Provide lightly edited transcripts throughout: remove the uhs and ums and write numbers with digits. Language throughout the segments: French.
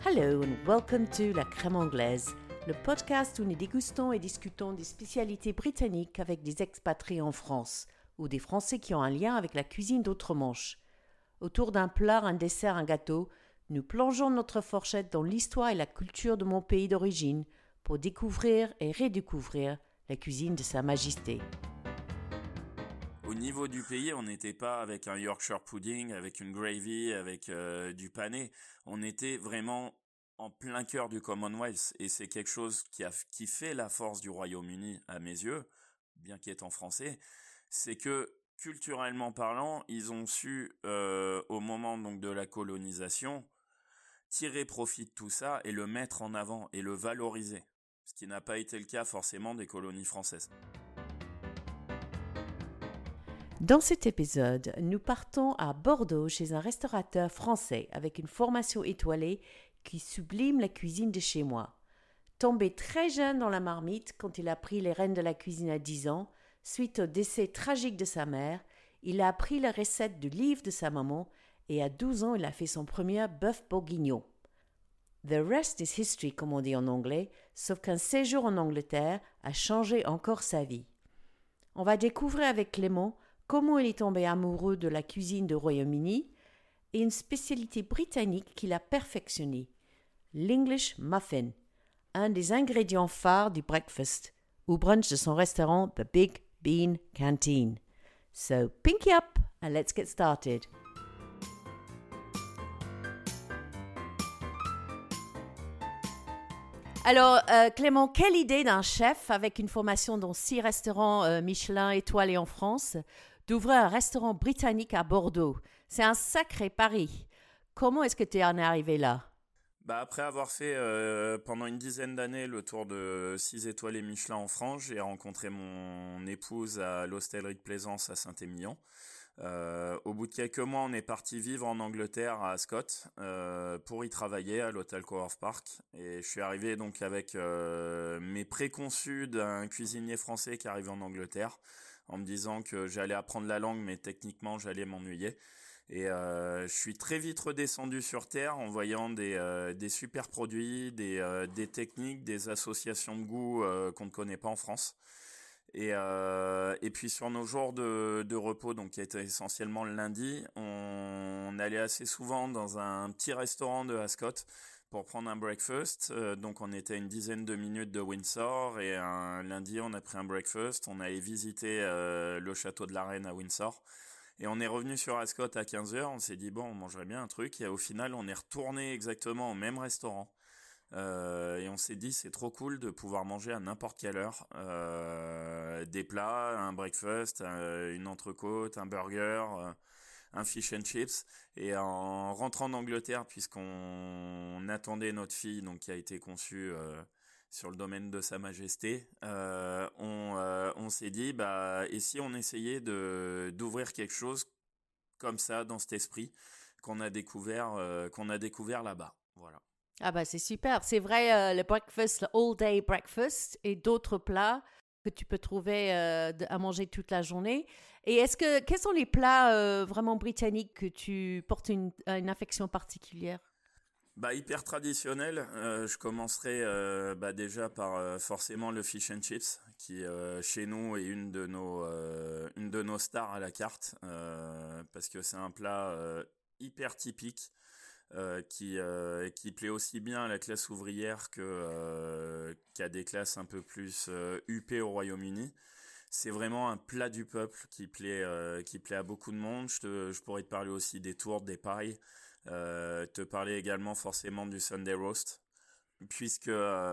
Hello and welcome to La Crème Anglaise, le podcast où nous dégustons et discutons des spécialités britanniques avec des expatriés en France ou des Français qui ont un lien avec la cuisine d'outre-Manche. Autour d'un plat, un dessert, un gâteau, nous plongeons notre fourchette dans l'histoire et la culture de mon pays d'origine pour découvrir et redécouvrir la cuisine de Sa Majesté. Au niveau du pays, on n'était pas avec un Yorkshire pudding, avec une gravy, avec du pané. On était vraiment en plein cœur du Commonwealth. Et c'est quelque chose qui fait la force du Royaume-Uni, à mes yeux, bien qu'étant français. C'est que, culturellement parlant, ils ont su, au moment donc de la colonisation, tirer profit de tout ça et le mettre en avant et le valoriser. Ce qui n'a pas été le cas forcément des colonies françaises. Dans cet épisode, nous partons à Bordeaux chez un restaurateur français avec une formation étoilée qui sublime la cuisine de chez moi. Tombé très jeune dans la marmite quand il a pris les rênes de la cuisine à 10 ans, suite au décès tragique de sa mère, il a appris la recette du livre de sa maman et à 12 ans, il a fait son premier bœuf bourguignon. The rest is history, comme on dit en anglais, sauf qu'un séjour en Angleterre a changé encore sa vie. On va découvrir avec Clément comment il est tombé amoureux de la cuisine du Royaume-Uni et une spécialité britannique qu'il a perfectionnée, l'English muffin, un des ingrédients phares du breakfast ou brunch de son restaurant The Big Bean Canteen. So, pinky up and let's get started. Alors, Clément, quelle idée d'un chef avec une formation dans 6 restaurants Michelin étoilés en France d'ouvrir un restaurant britannique à Bordeaux. C'est un sacré pari. Comment est-ce que tu en es arrivé là ? Après avoir fait pendant une dizaine d'années le tour de 6 étoiles et Michelin en France, j'ai rencontré mon épouse à l'hostellerie de Plaisance à Saint-Émilion. Au bout de quelques mois, on est parti vivre en Angleterre à Ascot pour y travailler à l'hôtel Coworth Park. Et je suis arrivé donc avec mes préconçus d'un cuisinier français qui arrive en Angleterre, en me disant que j'allais apprendre la langue, mais techniquement j'allais m'ennuyer. Et je suis très vite redescendu sur terre en voyant des super produits, des techniques, des associations de goût qu'on ne connaît pas en France. Et puis sur nos jours de repos, donc qui étaient essentiellement le lundi, on allait assez souvent dans un petit restaurant de Ascot pour prendre un breakfast. Donc on était à une dizaine de minutes de Windsor et un lundi on a pris un breakfast. On allait visiter le château de la Reine à Windsor. Et on est revenu sur Ascot à 15h. On s'est dit bon, on mangerait bien un truc. Et au final, on est retourné exactement au même restaurant. Et on s'est dit c'est trop cool de pouvoir manger à n'importe quelle heure des plats, un breakfast, une entrecôte, un burger, un fish and chips. Et en rentrant d'Angleterre, puisqu'on attendait notre fille, donc qui a été conçue sur le domaine de Sa Majesté, on s'est dit et si on essayait d'ouvrir quelque chose comme ça dans cet esprit qu'on a découvert là-bas. Voilà. Ah c'est super, c'est vrai, le breakfast, le all day breakfast et d'autres plats que tu peux trouver à manger toute la journée. Et quels sont les plats vraiment britanniques que tu portes une affection particulière ? Hyper traditionnel. Je commencerai déjà par forcément le fish and chips, qui chez nous est une de nos stars à la carte, parce que c'est un plat hyper typique. Qui plaît aussi bien à la classe ouvrière qu'à des classes un peu plus huppées au Royaume-Uni. C'est vraiment un plat du peuple qui plaît à beaucoup de monde. Je pourrais te parler aussi des tourtes, des pailles, te parler également forcément du Sunday roast, puisque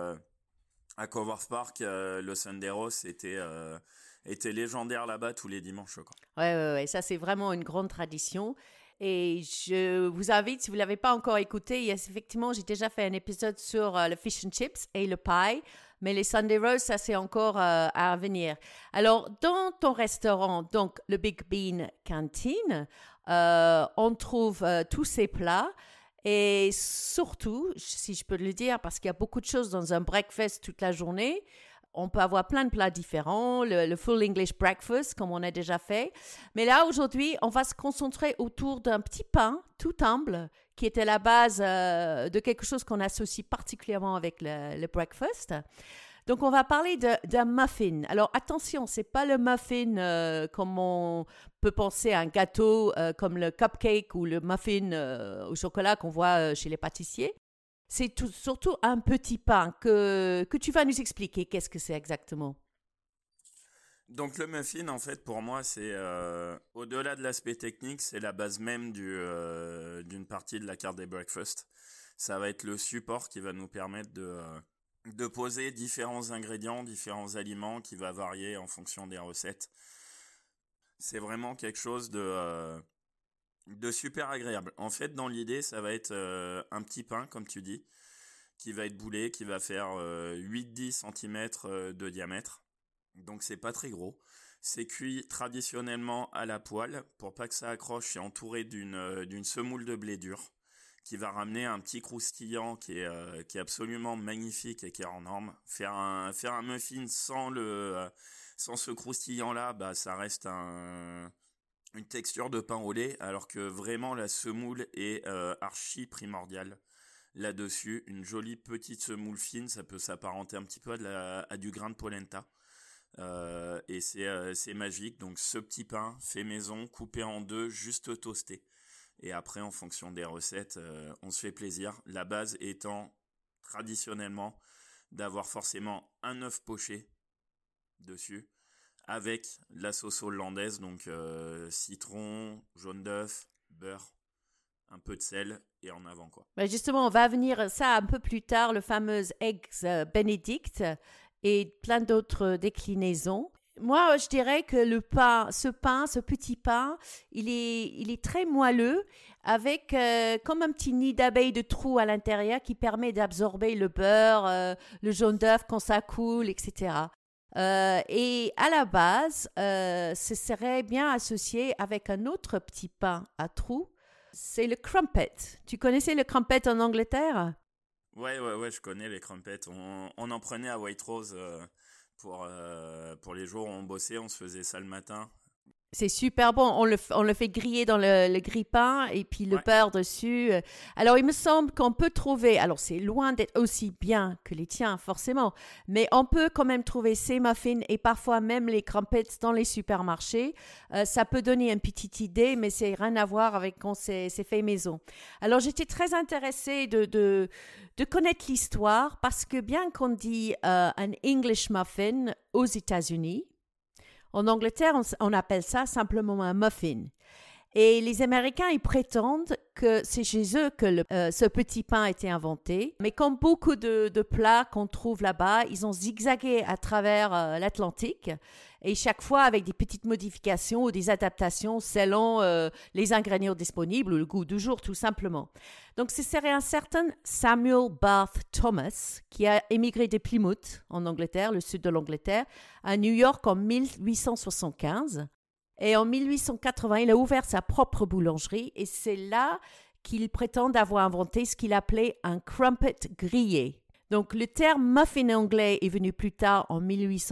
à Coworth Park, le Sunday roast était légendaire là-bas tous les dimanches, quoi. Ouais, ça c'est vraiment une grande tradition. Et je vous invite, si vous ne l'avez pas encore écouté, effectivement, j'ai déjà fait un épisode sur le fish and chips et le pie, mais les Sunday roast, ça c'est encore à venir. Alors, dans ton restaurant, donc le Big Bean Canteen, on trouve tous ces plats et surtout, si je peux le dire, parce qu'il y a beaucoup de choses dans un breakfast toute la journée, on peut avoir plein de plats différents, le full English breakfast, comme on a déjà fait. Mais là, aujourd'hui, on va se concentrer autour d'un petit pain tout humble, qui était la base de quelque chose qu'on associe particulièrement avec le breakfast. Donc, on va parler d'un muffin. Alors, attention, ce n'est pas le muffin comme on peut penser à un gâteau comme le cupcake ou le muffin au chocolat qu'on voit chez les pâtissiers. C'est surtout un petit pain que tu vas nous expliquer. Qu'est-ce que c'est exactement? Donc le muffin, en fait, pour moi, c'est au-delà de l'aspect technique, c'est la base même d'une partie de la carte des breakfasts. Ça va être le support qui va nous permettre de poser différents ingrédients, différents aliments qui va varier en fonction des recettes. C'est vraiment quelque chose de super agréable. En fait, dans l'idée, ça va être un petit pain, comme tu dis, qui va être boulé, qui va faire 8-10 cm de diamètre. Donc, c'est pas très gros. C'est cuit traditionnellement à la poêle. Pour pas que ça accroche, c'est entouré d'une semoule de blé dur qui va ramener un petit croustillant qui est absolument magnifique et qui est hors norme. Faire un muffin sans ce croustillant-là, bah, ça reste une texture de pain au lait, alors que vraiment la semoule est archi primordiale là-dessus. Une jolie petite semoule fine, ça peut s'apparenter un petit peu à du grain de polenta. Et c'est magique. Donc ce petit pain fait maison, coupé en deux, juste toasté. Et après, en fonction des recettes, on se fait plaisir. La base étant traditionnellement d'avoir forcément un œuf poché dessus, avec la sauce hollandaise, donc citron, jaune d'œuf, beurre, un peu de sel et en avant quoi. Ben justement, on va venir ça un peu plus tard, le fameux Eggs Benedict et plein d'autres déclinaisons. Moi, je dirais que ce petit pain, il est très moelleux avec comme un petit nid d'abeilles de trou à l'intérieur qui permet d'absorber le beurre, le jaune d'œuf quand ça coule, etc. Et à la base, ce serait bien associé avec un autre petit pain à trous. C'est le crumpet. Tu connaissais le crumpet en Angleterre? Ouais, je connais les crumpets. On en prenait à White Rose pour les jours où on bossait, on se faisait ça le matin. C'est super bon. On le fait griller dans le grille-pain et puis le beurre dessus. Alors, il me semble qu'on peut trouver, alors c'est loin d'être aussi bien que les tiens, forcément, mais on peut quand même trouver ces muffins et parfois même les crumpets dans les supermarchés. Ça peut donner une petite idée, mais c'est rien à voir avec quand c'est fait maison. Alors, j'étais très intéressée de connaître l'histoire parce que bien qu'on dit un English muffin aux États-Unis, en Angleterre, on appelle ça simplement un muffin. Et les Américains, ils prétendent que c'est chez eux que ce petit pain a été inventé. Mais comme beaucoup de plats qu'on trouve là-bas, ils ont zigzagué à travers l'Atlantique. Et chaque fois avec des petites modifications ou des adaptations selon les ingrédients disponibles ou le goût du jour, tout simplement. Donc, ce serait un certain Samuel Barth Thomas qui a émigré de Plymouth, en Angleterre, le sud de l'Angleterre, à New York en 1875. Et en 1880, il a ouvert sa propre boulangerie et c'est là qu'il prétend avoir inventé ce qu'il appelait un crumpet grillé. Donc, le terme muffin anglais est venu plus tard en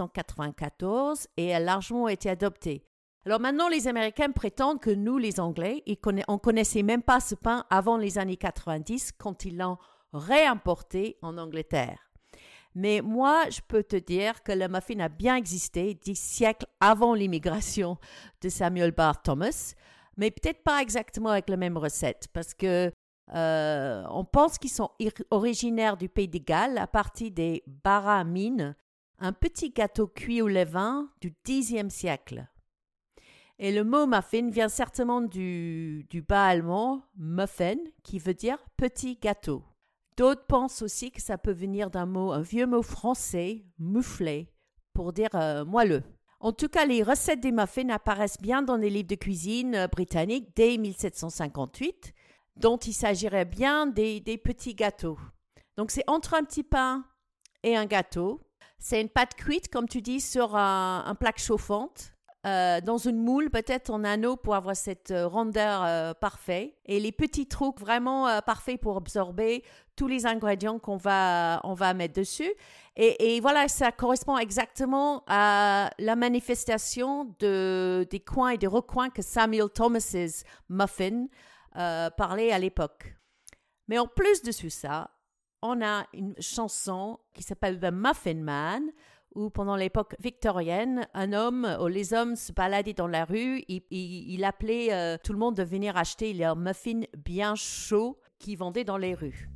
1894 et a largement été adopté. Alors maintenant, les Américains prétendent que nous, les Anglais, on ne connaissait même pas ce pain avant les années 90 quand ils l'ont réimporté en Angleterre. Mais moi, je peux te dire que le muffin a bien existé 10 siècles avant l'immigration de Samuel Barth Thomas, mais peut-être pas exactement avec la même recette parce que on pense qu'ils sont originaires du pays de Galles à partir des baramines, un petit gâteau cuit au levain du Xe siècle. Et le mot muffin vient certainement du bas allemand muffin, qui veut dire petit gâteau. D'autres pensent aussi que ça peut venir un vieux mot français, moufflé, pour dire moelleux. En tout cas, les recettes des muffins apparaissent bien dans les livres de cuisine britanniques dès 1758, dont il s'agirait bien des petits gâteaux. Donc, c'est entre un petit pain et un gâteau. C'est une pâte cuite, comme tu dis, sur un plaque chauffante, dans une moule, peut-être en anneau pour avoir cette rondeur parfaite. Et les petits trous vraiment parfaits pour absorber tous les ingrédients on va mettre dessus. Et voilà, ça correspond exactement à la manifestation des coins et des recoins que Samuel Thomas's muffin parlait à l'époque. Mais en plus de ça, on a une chanson qui s'appelle The Muffin Man, où pendant l'époque victorienne, un homme, ou les hommes se baladaient dans la rue, il appelait tout le monde de venir acheter leurs muffins bien chauds qu'ils vendaient dans les rues.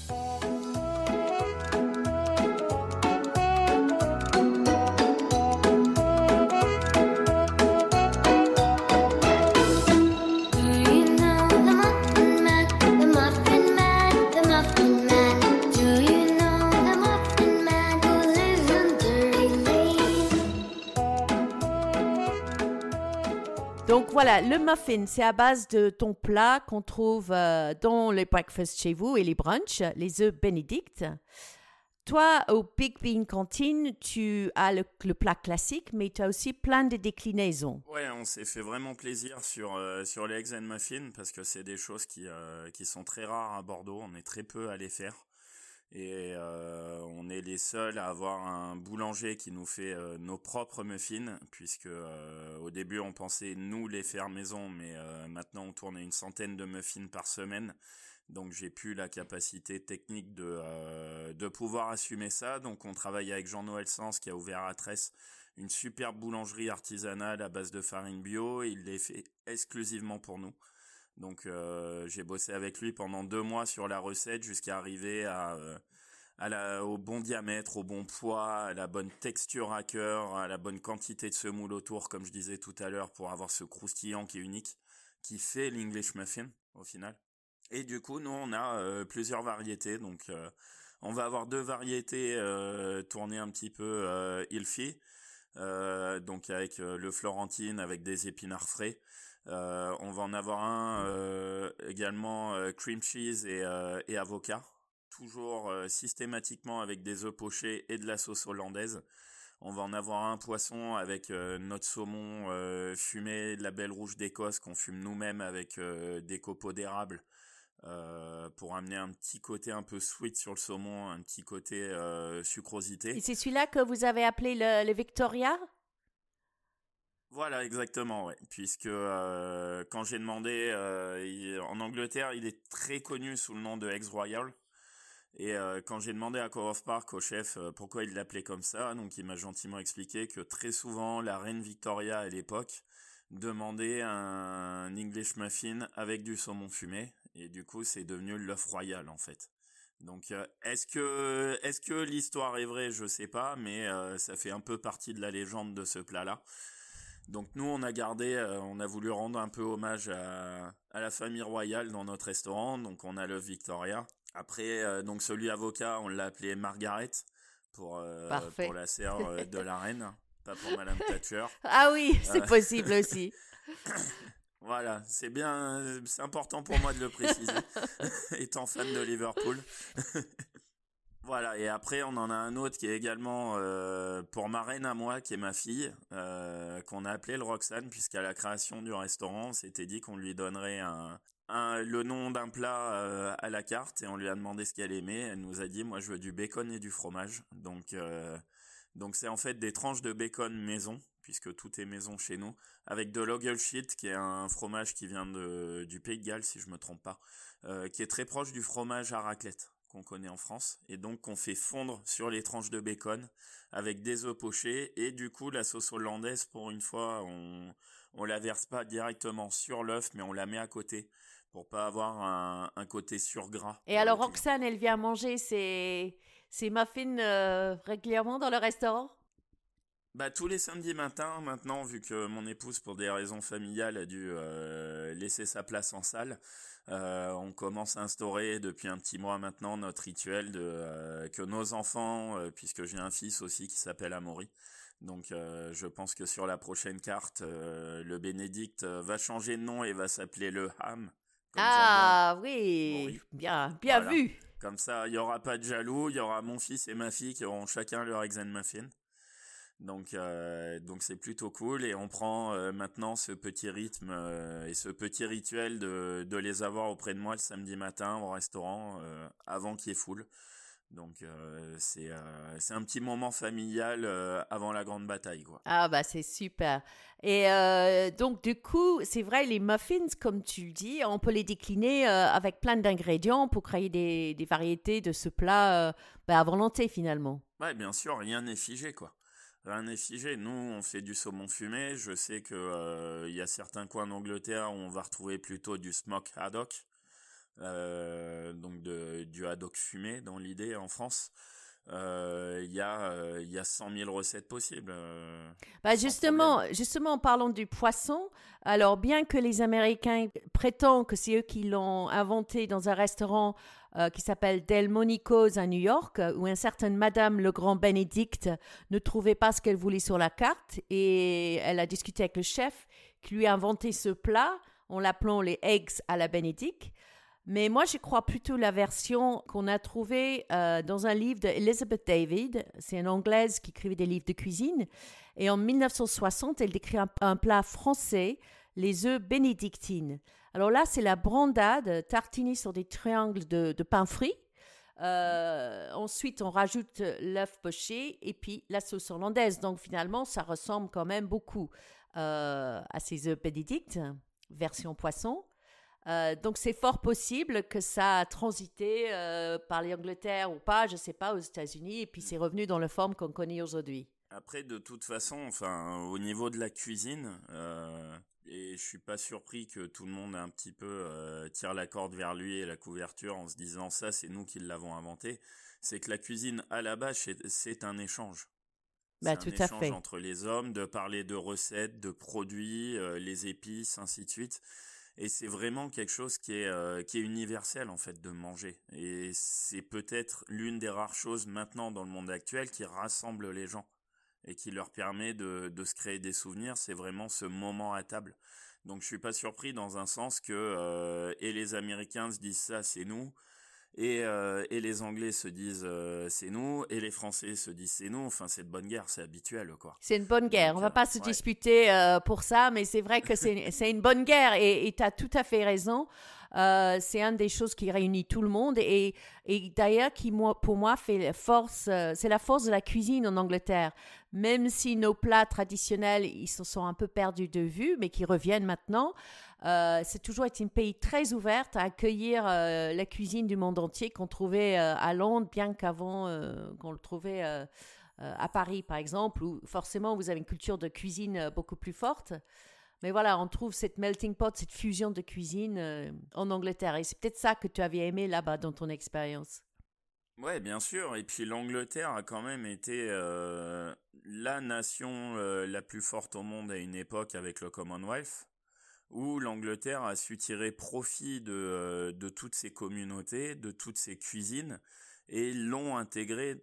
Donc voilà, le muffin, c'est à base de ton plat qu'on trouve dans les breakfasts chez vous et les brunchs, les œufs Bénédicte. Toi, au Big Bean Canteen, tu as le plat classique, mais tu as aussi plein de déclinaisons. Ouais, on s'est fait vraiment plaisir sur les eggs and muffins parce que c'est des choses qui sont très rares à Bordeaux. On est très peu à les faire. Et on est les seuls à avoir un boulanger qui nous fait nos propres muffins, puisque au début on pensait nous les faire maison, mais maintenant on tourne à une centaine de muffins par semaine, donc j'ai plus la capacité technique de pouvoir assumer ça. Donc on travaille avec Jean-Noël Sens qui a ouvert à Tresse une superbe boulangerie artisanale à base de farine bio, et il les fait exclusivement pour nous. Donc j'ai bossé avec lui pendant 2 mois sur la recette jusqu'à arriver au bon diamètre, au bon poids, à la bonne texture à cœur, à la bonne quantité de semoule autour, comme je disais tout à l'heure, pour avoir ce croustillant qui est unique, qui fait l'English muffin au final. Et du coup, nous on a plusieurs variétés, donc on va avoir 2 variétés tournées un petit peu Ilfi, donc avec le Florentine avec des épinards frais. On va en avoir un également cream cheese et avocat, toujours systématiquement avec des œufs pochés et de la sauce hollandaise. On va en avoir un poisson avec notre saumon fumé de la Belle Rouge d'Écosse qu'on fume nous-mêmes avec des copeaux d'érable pour amener un petit côté un peu sweet sur le saumon, un petit côté sucrosité. Et c'est celui-là que vous avez appelé le Victoria ? Voilà, exactement, ouais. Puisque quand j'ai demandé, en Angleterre, il est très connu sous le nom de Eggs Royal. Et quand j'ai demandé à Cove of Park, au chef, pourquoi il l'appelait comme ça, donc il m'a gentiment expliqué que très souvent, la reine Victoria à l'époque demandait un English muffin avec du saumon fumé. Et du coup, c'est devenu l'œuf royal, en fait. Donc, est-ce que l'histoire est vraie? Je sais pas, mais ça fait un peu partie de la légende de ce plat-là. Donc nous on a voulu rendre un peu hommage à la famille royale dans notre restaurant. Donc on a le Victoria. Après donc celui avocat on l'a appelé Margaret pour la sœur de la reine, pas pour Madame Thatcher. Ah oui, c'est possible aussi. Voilà, c'est important pour moi de le préciser, étant fan de Liverpool. Voilà, et après on en a un autre qui est également pour ma reine à moi, qui est ma fille, qu'on a appelé le Roxane, puisqu'à la création du restaurant, on s'était dit qu'on lui donnerait le nom d'un plat à la carte, et on lui a demandé ce qu'elle aimait. Elle nous a dit, moi je veux du bacon et du fromage. Donc c'est en fait des tranches de bacon maison, puisque tout est maison chez nous, avec de l'Oggleshit, qui est un fromage qui vient du Pays de Galles, si je me trompe pas, qui est très proche du fromage à raclette qu'on connaît en France, et donc qu'on fait fondre sur les tranches de bacon avec des œufs pochés. Et du coup la sauce hollandaise, pour une fois, on la verse pas directement sur l'œuf, mais on la met à côté pour pas avoir un côté surgras. Et alors Roxane, elle vient manger ses muffins régulièrement dans le restaurant? Bah tous les samedis matins maintenant, vu que mon épouse pour des raisons familiales a dû laisser sa place en salle, on commence à instaurer depuis un petit mois maintenant notre rituel que nos enfants, puisque j'ai un fils aussi qui s'appelle Amaury, donc je pense que sur la prochaine carte, le Bénédicte va changer de nom et va s'appeler le Ham. Ah oui, Maury. Bien voilà. Vu. Comme ça, il n'y aura pas de jaloux, il y aura mon fils et ma fille qui auront chacun leur eggs and muffin. Donc c'est plutôt cool et on prend maintenant ce petit rythme et ce petit rituel de les avoir auprès de moi le samedi matin au restaurant avant qu'il y ait foule. Donc c'est un petit moment familial avant la grande bataille, quoi. Ah bah c'est super. Et donc du coup, c'est vrai, les muffins, comme tu le dis, on peut les décliner avec plein d'ingrédients pour créer des variétés de ce plat à volonté finalement. Ouais, bien sûr, rien n'est figé, quoi. Rien n'est figé. Nous, on fait du saumon fumé. Je sais que il y a certains coins d'Angleterre où on va retrouver plutôt du smoke haddock, donc du haddock fumé dans l'idée en France. Il y a 100 000 recettes possibles, Bah sans problème. justement, en parlant du poisson, alors bien que les Américains prétendent que c'est eux qui l'ont inventé dans un restaurant qui s'appelle Delmonico's à New York, où un certain Madame le Grand Bénédicte ne trouvait pas ce qu'elle voulait sur la carte et elle a discuté avec le chef qui lui a inventé ce plat en l'appelant les eggs à la Bénédicte. Mais moi, je crois plutôt la version qu'on a trouvée dans un livre d'Elizabeth David. C'est une Anglaise qui écrivait des livres de cuisine. Et en 1960, elle décrit un plat français, les œufs bénédictines. Alors là, c'est la brandade tartinée sur des triangles de pain frit. Ensuite, on rajoute l'œuf poché et puis la sauce hollandaise. Donc finalement, ça ressemble quand même beaucoup à ces œufs bénédictes, version poisson. Donc c'est fort possible que ça a transité par l'Angleterre ou pas, je ne sais pas, aux États-Unis, et puis c'est revenu dans la forme qu'on connaît aujourd'hui. Après, de toute façon, enfin, au niveau de la cuisine, et je suis pas surpris que tout le monde un petit peu tire la corde vers lui et la couverture en se disant ça, c'est nous qui l'avons inventé. C'est que la cuisine, à la base, c'est un échange. C'est Bah, un tout à échange fait. entre les hommes, de parler de recettes, de produits, les épices, ainsi de suite. Et c'est vraiment quelque chose qui est universel en fait de manger. Et c'est peut-être l'une des rares choses maintenant dans le monde actuel qui rassemble les gens et qui leur permet de se créer des souvenirs. C'est vraiment ce moment à table. Donc je suis pas surpris dans un sens que et les Américains se disent ça c'est nous et les Anglais se disent c'est nous et les Français se disent c'est nous. Enfin c'est de bonne guerre, c'est habituel quoi. C'est une bonne guerre. On Donc ne va pas se ouais. disputer pour ça, mais c'est vrai que c'est une bonne guerre et tu as tout à fait raison. C'est une des choses qui réunit tout le monde et d'ailleurs qui pour moi fait la force, c'est la force de la cuisine en Angleterre. Même si nos plats traditionnels ils se sont un peu perdus de vue, mais qui reviennent maintenant, c'est toujours été un pays très ouvert à accueillir la cuisine du monde entier qu'on trouvait à Londres, bien qu'avant qu'on le trouvait à Paris, par exemple, où forcément vous avez une culture de cuisine beaucoup plus forte. Mais voilà, on trouve cette melting pot, cette fusion de cuisine en Angleterre. Et c'est peut-être ça que tu avais aimé là-bas dans ton expérience. Ouais, bien sûr. Et puis l'Angleterre a quand même été la nation la plus forte au monde à une époque avec le Commonwealth, où l'Angleterre a su tirer profit de toutes ces communautés, de toutes ces cuisines, et l'ont intégré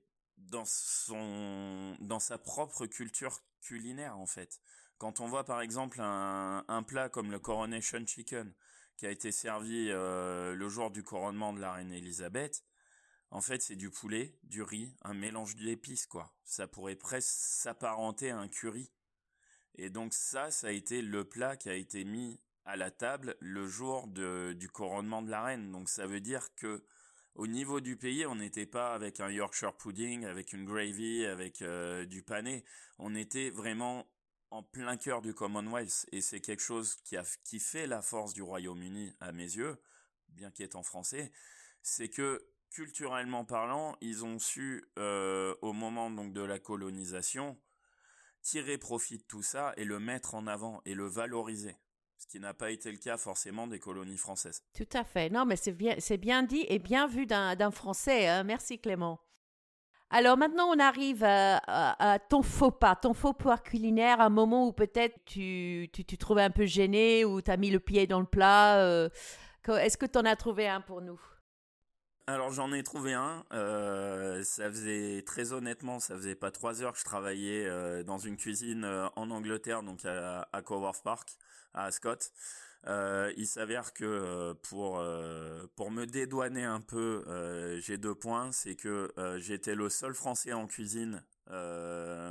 dans sa propre culture culinaire en fait. Quand on voit par exemple un plat comme le Coronation Chicken qui a été servi le jour du couronnement de la reine Elisabeth, en fait, c'est du poulet, du riz, un mélange d'épices, quoi. Ça pourrait presque s'apparenter à un curry. Et donc ça a été le plat qui a été mis à la table le jour du couronnement de la reine. Donc ça veut dire que au niveau du pays, on n'était pas avec un Yorkshire pudding, avec une gravy, avec du pané. On était vraiment en plein cœur du Commonwealth. Et c'est quelque chose qui fait la force du Royaume-Uni à mes yeux, bien qu'étant français, c'est que culturellement parlant, ils ont su, au moment donc de la colonisation, tirer profit de tout ça et le mettre en avant et le valoriser. Ce qui n'a pas été le cas forcément des colonies françaises. Tout à fait. Non, mais c'est bien dit et bien vu d'un Français, hein. Merci Clément. Alors maintenant, on arrive à ton faux pas culinaire, un moment où peut-être tu trouvais un peu gêné, ou tu as mis le pied dans le plat. Est-ce que tu en as trouvé un pour nous? Alors j'en ai trouvé un. Ça faisait très honnêtement, ça faisait pas 3 heures que je travaillais dans une cuisine en Angleterre, donc à Coworth Park, à Ascot. Il s'avère que pour me dédouaner un peu, j'ai 2 points. C'est que j'étais le seul Français en cuisine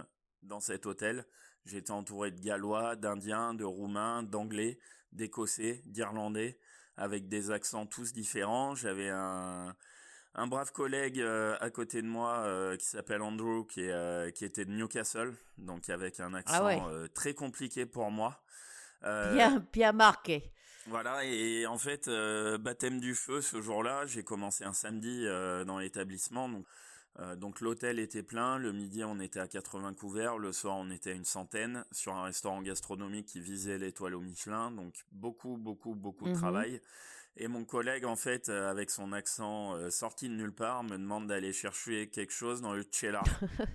dans cet hôtel. J'étais entouré de Gallois, d'Indiens, de Roumains, d'Anglais, d'Écossais, d'Irlandais, avec des accents tous différents. J'avais un brave collègue à côté de moi qui s'appelle Andrew, qui était de Newcastle, donc avec un accent très compliqué pour moi. Bien marqué. Voilà, et en fait, baptême du feu ce jour-là, j'ai commencé un samedi dans l'établissement, donc l'hôtel était plein, le midi on était à 80 couverts, le soir on était à une centaine, sur un restaurant gastronomique qui visait l'étoile au Michelin, donc beaucoup de travail. Et mon collègue, en fait, avec son accent sorti de nulle part, me demande d'aller chercher quelque chose dans le cheddar.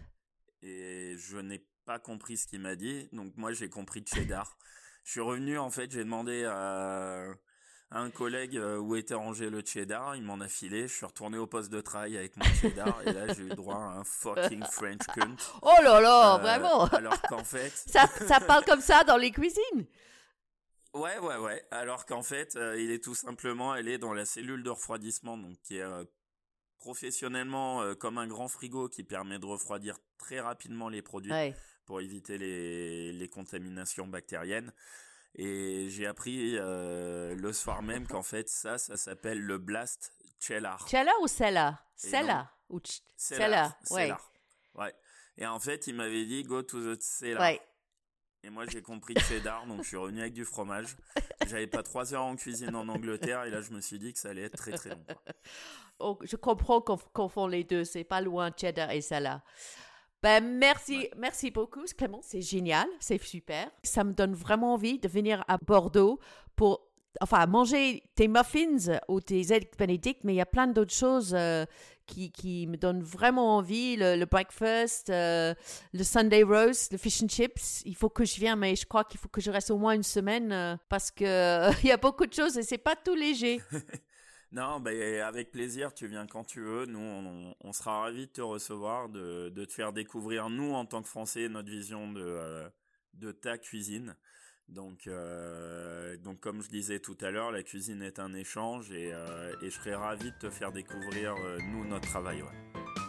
Et je n'ai pas compris ce qu'il m'a dit, donc moi j'ai compris cheddar. Je suis revenu, en fait, j'ai demandé à un collègue où était rangé le cheddar, il m'en a filé, je suis retourné au poste de travail avec mon cheddar, et là j'ai eu droit à un fucking French cunt. Oh là là, vraiment. Alors qu'en fait... ça parle comme ça dans les cuisines. Ouais. Alors qu'en fait, il est tout simplement allé dans la cellule de refroidissement, donc qui est professionnellement comme un grand frigo qui permet de refroidir très rapidement les produits pour éviter les contaminations bactériennes. Et j'ai appris le soir même qu'en fait ça s'appelle le Blast Cellar. Cellar ou Cellar? Cellar ou Cellar. Ouais. Et en fait, il m'avait dit go to the cellar. Ouais. Et moi, j'ai compris cheddar, donc je suis revenu avec du fromage. J'avais pas 3 heures en cuisine en Angleterre, et là, je me suis dit que ça allait être très, très long. Oh, je comprends qu'on confond les deux. C'est pas loin, cheddar et cellar. Ben, merci beaucoup, Clément. C'est génial, c'est super. Ça me donne vraiment envie de venir à Bordeaux pour manger tes muffins ou tes eggs Benedict, mais il y a plein d'autres choses qui me donnent vraiment envie. Le breakfast, le Sunday roast, le fish and chips. Il faut que je vienne, mais je crois qu'il faut que je reste au moins une semaine parce que il y a beaucoup de choses et c'est pas tout léger. Non, avec plaisir, tu viens quand tu veux. Nous, on sera ravis de te recevoir, de te faire découvrir, nous, en tant que Français, notre vision de ta cuisine. Donc, comme je disais tout à l'heure, la cuisine est un échange et je serais ravi de te faire découvrir, nous, notre travail. Ouais.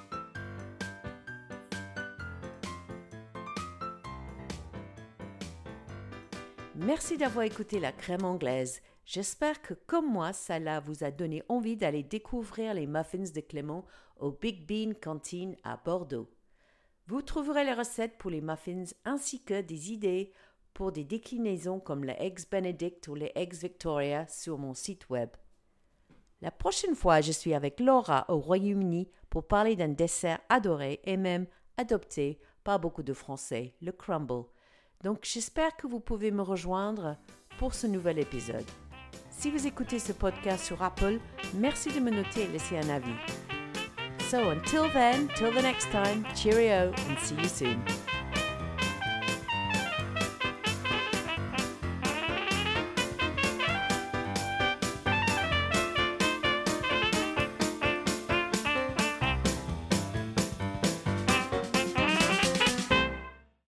Merci d'avoir écouté La Crème Anglaise. J'espère que, comme moi, ça vous a donné envie d'aller découvrir les muffins de Clément au Big Bean Canteen à Bordeaux. Vous trouverez les recettes pour les muffins ainsi que des idées pour des déclinaisons comme les Eggs Benedict ou les Eggs Victoria sur mon site web. La prochaine fois, je suis avec Laura au Royaume-Uni pour parler d'un dessert adoré et même adopté par beaucoup de Français, le crumble. Donc j'espère que vous pouvez me rejoindre pour ce nouvel épisode. Si vous écoutez ce podcast sur Apple, merci de me noter et laisser un avis. So until then, till the next time, cheerio and see you soon.